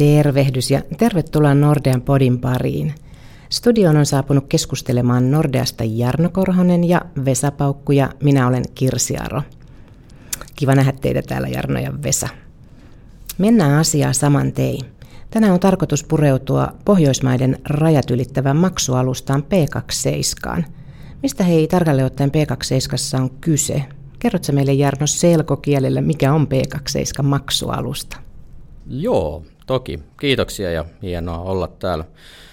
Tervehdys ja tervetuloa Nordean podin pariin. Studioon on saapunut keskustelemaan Nordeasta Jarno Korhonen ja Vesa Paukku ja minä olen Kirsi Aro. Kiva nähdä teitä täällä, Jarno ja Vesa. Mennään asiaa saman tein. Tänään on tarkoitus pureutua Pohjoismaiden rajat ylittävään maksualustaan P27. Mistä hei tarkalleen ottaen P27 on kyse? Kerrotko meille, Jarno, selkokielellä, mikä on P27 maksualusta? Joo, toki. Kiitoksia ja hienoa olla täällä.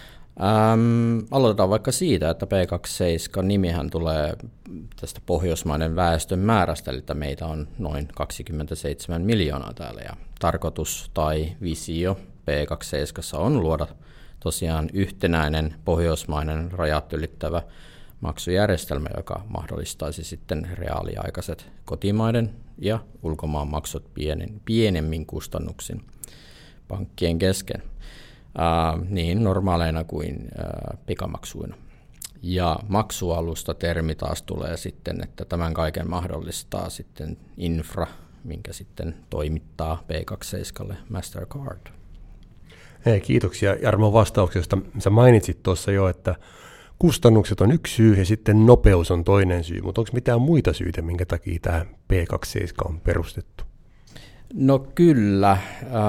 Aloitetaan vaikka siitä, että P27-nimihän tulee tästä pohjoismaiden väestön määrästä, eli meitä on noin 27 miljoonaa täällä. Ja tarkoitus tai visio P27 on luoda tosiaan yhtenäinen pohjoismainen rajat ylittävä maksujärjestelmä, joka mahdollistaisi sitten reaaliaikaiset kotimaiden ja ulkomaan maksut pienemmin kustannuksin pankkien kesken, niin normaaleina kuin pikamaksuina. Ja maksualusta termi taas tulee sitten, että tämän kaiken mahdollistaa sitten infra, minkä sitten toimittaa P27 Mastercard. Hei, kiitoksia Jarmo vastauksesta. Sä mainitsit tuossa jo, että kustannukset on yksi syy ja sitten nopeus on toinen syy, mutta onko mitään muita syitä, minkä takia tämä P27 on perustettu? No kyllä,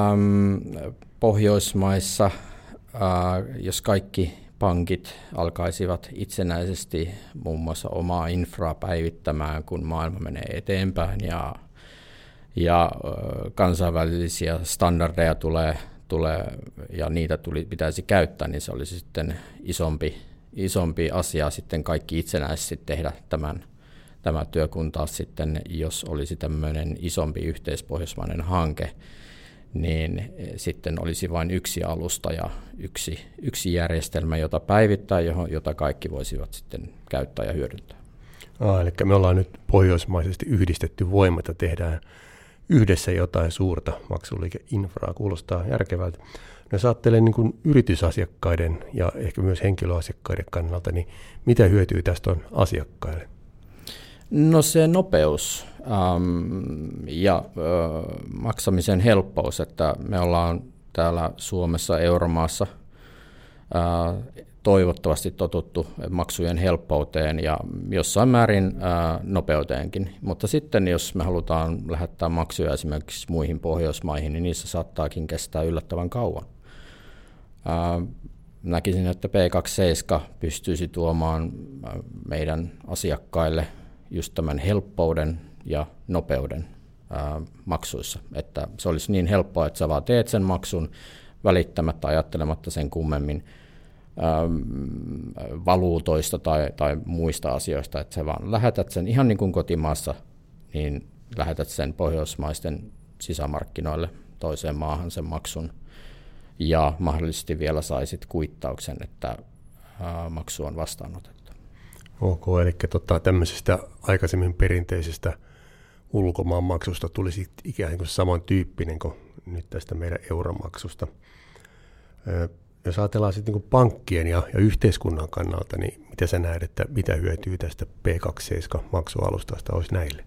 Pohjoismaissa, jos kaikki pankit alkaisivat itsenäisesti muun muassa omaa infraa päivittämään, kun maailma menee eteenpäin ja kansainvälisiä standardeja tulee ja niitä pitäisi käyttää, niin se olisi sitten isompi asia sitten kaikki itsenäisesti tehdä tämä työ, kun taas sitten, jos olisi tämmöinen isompi yhteispohjoismainen hanke, niin sitten olisi vain yksi alusta ja yksi järjestelmä, jota päivittää, jota kaikki voisivat sitten käyttää ja hyödyntää. Eli me ollaan nyt pohjoismaisesti yhdistetty voimat ja tehdään yhdessä jotain suurta maksuliikeinfraa. Kuulostaa järkevältä. Jos ajattelee niin kuin yritysasiakkaiden ja ehkä myös henkilöasiakkaiden kannalta, niin mitä hyötyä tästä on asiakkaille? No se nopeus ja maksamisen helppous, että me ollaan täällä Suomessa euromaassa toivottavasti totuttu maksujen helppouteen ja jossain määrin nopeuteenkin, mutta sitten jos me halutaan lähettää maksuja esimerkiksi muihin Pohjoismaihin, niin niissä saattaakin kestää yllättävän kauan. Näkisin, että P27 pystyisi tuomaan meidän asiakkaille just tämän helppouden ja nopeuden maksuissa, että se olisi niin helppoa, että sä vaan teet sen maksun välittämättä, ajattelematta sen kummemmin valuutoista tai muista asioista, että sä vaan lähetät sen ihan niin kuin kotimaassa, niin lähetät sen pohjoismaisten sisämarkkinoille toiseen maahan sen maksun ja mahdollisesti vielä saisit kuittauksen, että maksu on vastaanotettu. Ok, eli tämmöisestä aikaisemmin perinteisestä ulkomaan maksusta tulisi ikään kuin samantyyppinen kuin nyt tästä meidän euromaksusta. Jos ajatellaan sitten niin kuin pankkien ja yhteiskunnan kannalta, niin mitä sä näet, että mitä hyötyy tästä P27-maksualustasta olisi näille?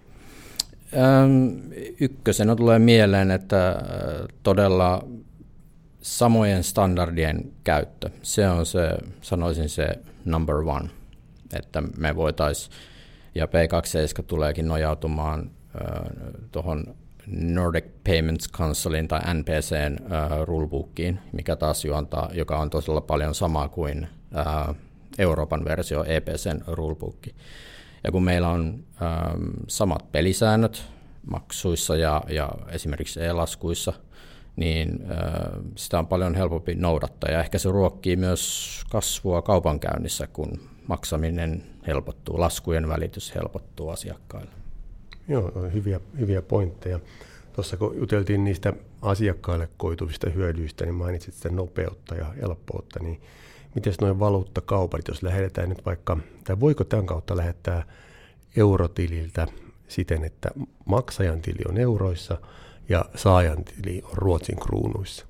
Ykkösenä tulee mieleen, että todella samojen standardien käyttö, se on se, sanoisin se number one, että me voitaisiin, ja P27 tuleekin nojautumaan tuohon Nordic Payments Councilin tai NPCn rulebookiin, mikä taas juontaa, joka on todella paljon sama kuin Euroopan versio EPCn rulebook. Ja kun meillä on samat pelisäännöt maksuissa ja esimerkiksi e-laskuissa, niin sitä on paljon helpompi noudattaa. Ja ehkä se ruokkii myös kasvua kaupankäynnissä, kun maksaminen helpottuu, laskujen välitys helpottuu asiakkaille. Joo, hyviä pointteja. Tuossa kun juteltiin niistä asiakkaille koituvista hyödyistä, niin mainitsit sitä nopeutta ja helppoutta, niin miten noin valuuttakaupat, jos lähetetään nyt vaikka, tai voiko tämän kautta lähettää eurotililtä siten, että maksajan tili on euroissa ja saajan tili on Ruotsin kruunuissa?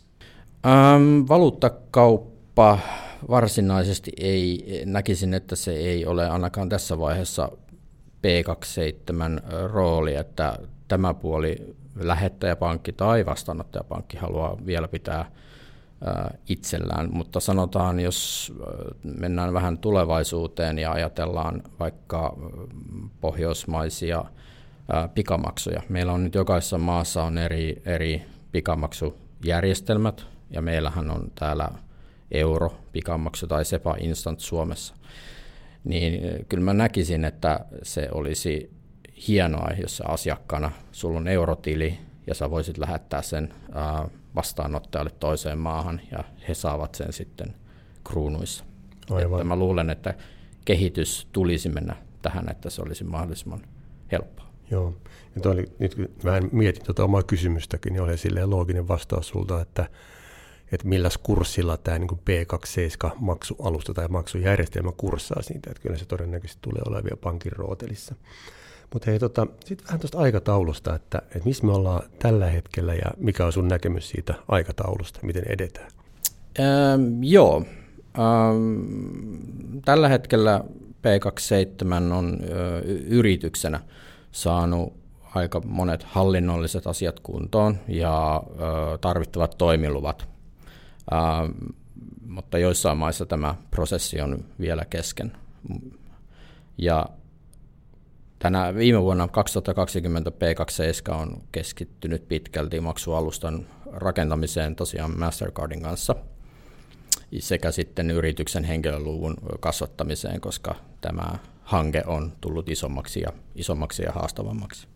Valuuttakauppa varsinaisesti ei, näkisin, että se ei ole ainakaan tässä vaiheessa P27 rooli, että tämä puoli lähettäjäpankki tai vastaanottajapankki haluaa vielä pitää itsellään, mutta sanotaan, jos mennään vähän tulevaisuuteen ja ajatellaan vaikka pohjoismaisia pikamaksuja. Meillä on nyt jokaisessa maassa on eri pikamaksujärjestelmät, ja meillähän on täällä euro-pikamaksu tai SEPA Instant Suomessa. Niin kyllä mä näkisin, että se olisi hienoa, jos asiakkaana sulla on eurotili, ja sä voisit lähettää sen vastaanottajalle toiseen maahan, ja he saavat sen sitten kruunuissa. Että mä luulen, että kehitys tulisi mennä tähän, että se olisi mahdollisimman helppoa. Joo, ja nyt kun vähän mietin omaa kysymystäkin, niin oli silleen looginen vastaus sulta, että milläs kurssilla tämä niin kuin P27-maksualusta tai maksujärjestelmä kurssaa siitä, että kyllä se todennäköisesti tulee olemaan vielä pankin rootelissa. Mutta hei, sitten vähän tuosta aikataulusta, että missä me ollaan tällä hetkellä ja mikä on sun näkemys siitä aikataulusta, miten edetään? Tällä hetkellä P27 on yrityksenä saanut aika monet hallinnolliset asiat kuntoon ja tarvittavat toimiluvat, mutta joissain maissa tämä prosessi on vielä kesken. Ja viime vuonna 2020 P27 on keskittynyt pitkälti maksualustan rakentamiseen tosiaan Mastercardin kanssa sekä sitten yrityksen henkilöluvun kasvattamiseen, koska tämä hanke on tullut isommaksi ja haastavammaksi.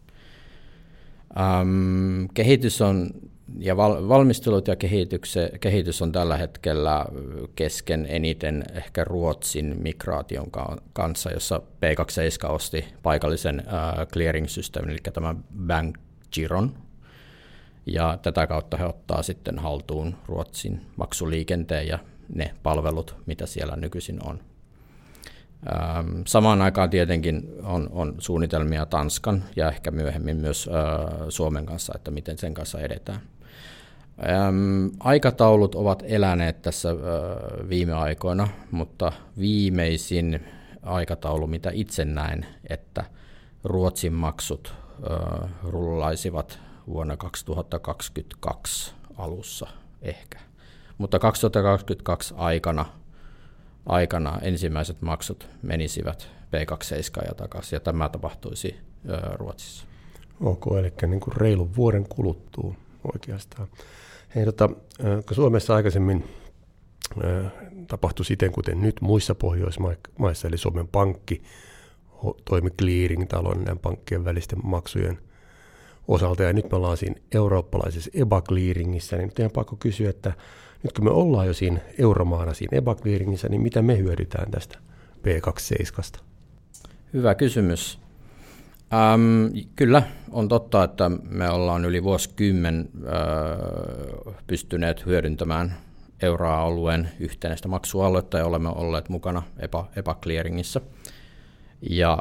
Kehitys on, ja valmistelut ja kehitys on tällä hetkellä kesken eniten ehkä Ruotsin migraation kanssa, jossa P27 osti paikallisen clearing-systeemin, eli tämän Bankgiron, ja tätä kautta he ottaa sitten haltuun Ruotsin maksuliikenteen ja ne palvelut, mitä siellä nykyisin on. Samaan aikaan tietenkin on suunnitelmia Tanskan ja ehkä myöhemmin myös Suomen kanssa, että miten sen kanssa edetään. Aikataulut ovat eläneet tässä viime aikoina, mutta viimeisin aikataulu, mitä itse näen, että Ruotsin maksut rullaisivat vuonna 2022 alussa ehkä. Mutta 2022 aikana ensimmäiset maksut menisivät P27 ja takaisin, ja tämä tapahtuisi Ruotsissa. Ok, eli niin kuin reilun vuoden kuluttua oikeastaan. Hei, kun Suomessa aikaisemmin tapahtui siten, kuten nyt muissa Pohjoismaissa, eli Suomen Pankki toimi clearing-talon näiden pankkien välisten maksujen osalta, ja nyt me ollaan siinä eurooppalaisessa EBA-clearingissä, niin nyt on pakko kysyä, että nyt kun me ollaan jo siinä euromaana siinä EBA-clearingissä, niin mitä me hyödytään tästä P27? Hyvä kysymys. Kyllä, on totta, että me ollaan yli vuosikymmen pystyneet hyödyntämään euroalueen yhtenäistä maksualuetta ja olemme olleet mukana EBA-clearingissä. Ja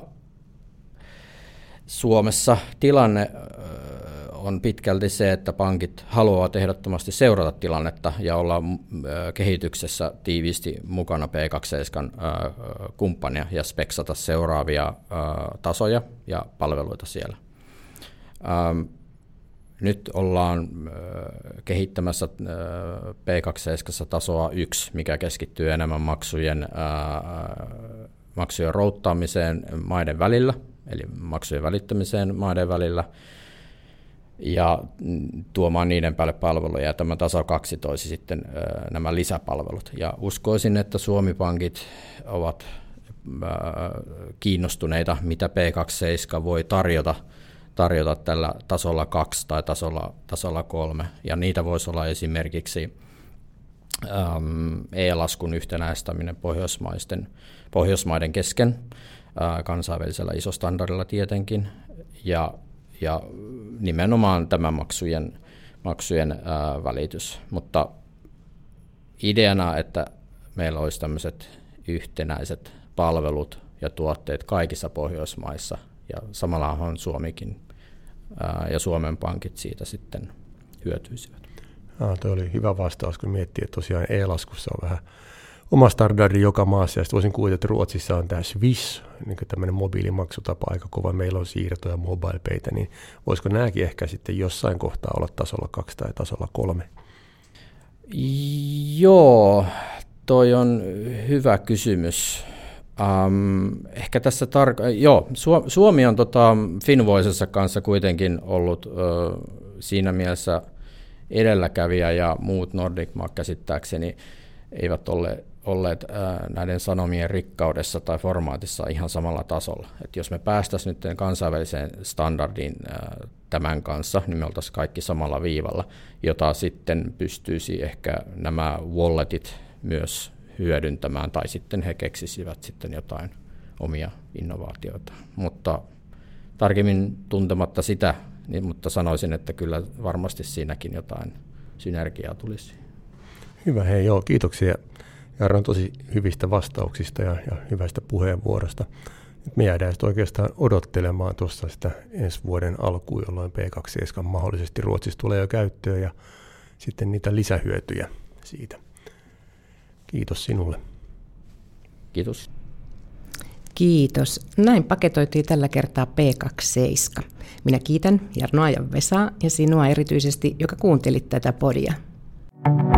Suomessa tilanne on pitkälti se, että pankit haluavat ehdottomasti seurata tilannetta ja olla kehityksessä tiiviisti mukana P27 kumppania ja speksata seuraavia tasoja ja palveluita siellä. Nyt ollaan kehittämässä P27 tasoa 1, mikä keskittyy enemmän maksujen routtaamiseen maiden välillä, eli maksujen välittämiseen maiden välillä, ja tuomaan niiden päälle palveluja, ja tämä taso 2 toisi sitten nämä lisäpalvelut. Ja uskoisin, että Suomi-pankit ovat kiinnostuneita, mitä P27 voi tarjota tällä tasolla 2 tai tasolla 3, ja niitä voisi olla esimerkiksi e-laskun yhtenäistäminen Pohjoismaiden kesken, kansainvälisellä isostandardilla tietenkin, ja nimenomaan tämä maksujen välitys. Mutta ideana, että meillä olisi tämmöiset yhtenäiset palvelut ja tuotteet kaikissa Pohjoismaissa, ja samalla on Suomikin ja Suomen pankit siitä sitten hyötyisivät. Tuo oli hyvä vastaus, kun miettii, että tosiaan e-laskussa on vähän oma standardi joka maassa, ja sitten voisin kuvitella, että Ruotsissa on tämä Swish, niin tämmöinen mobiilimaksutapa aika kova, meillä on siirtoja, MobilePaytä, niin voisiko nämäkin ehkä sitten jossain kohtaa olla tasolla 2 tai tasolla 3? Joo, toi on hyvä kysymys. Ehkä tässä Suomi on Finvoicessa kanssa kuitenkin ollut siinä mielessä edelläkävijä, ja muut Nordic Maat käsittääkseni eivät olleet näiden sanomien rikkaudessa tai formaatissa ihan samalla tasolla. Et jos me päästäisiin nyt kansainväliseen standardiin tämän kanssa, niin me oltaisiin kaikki samalla viivalla, jota sitten pystyisi ehkä nämä walletit myös hyödyntämään, tai sitten he keksisivät sitten jotain omia innovaatioita. Mutta tarkemmin tuntematta sitä, mutta sanoisin, että kyllä varmasti siinäkin jotain synergiaa tulisi. Hyvä, kiitoksia Jarno tosi hyvistä vastauksista ja hyvästä puheenvuorosta. Nyt me jäädään oikeastaan odottelemaan tuossa sitä ensi vuoden alkuun, jolloin P2 mahdollisesti Ruotsissa tulee jo käyttöön ja sitten niitä lisähyötyjä siitä. Kiitos sinulle. Kiitos. Kiitos. Näin paketoitiin tällä kertaa P27. Minä kiitän Jarnoa ja Vesaa ja sinua erityisesti, joka kuuntelit tätä podia.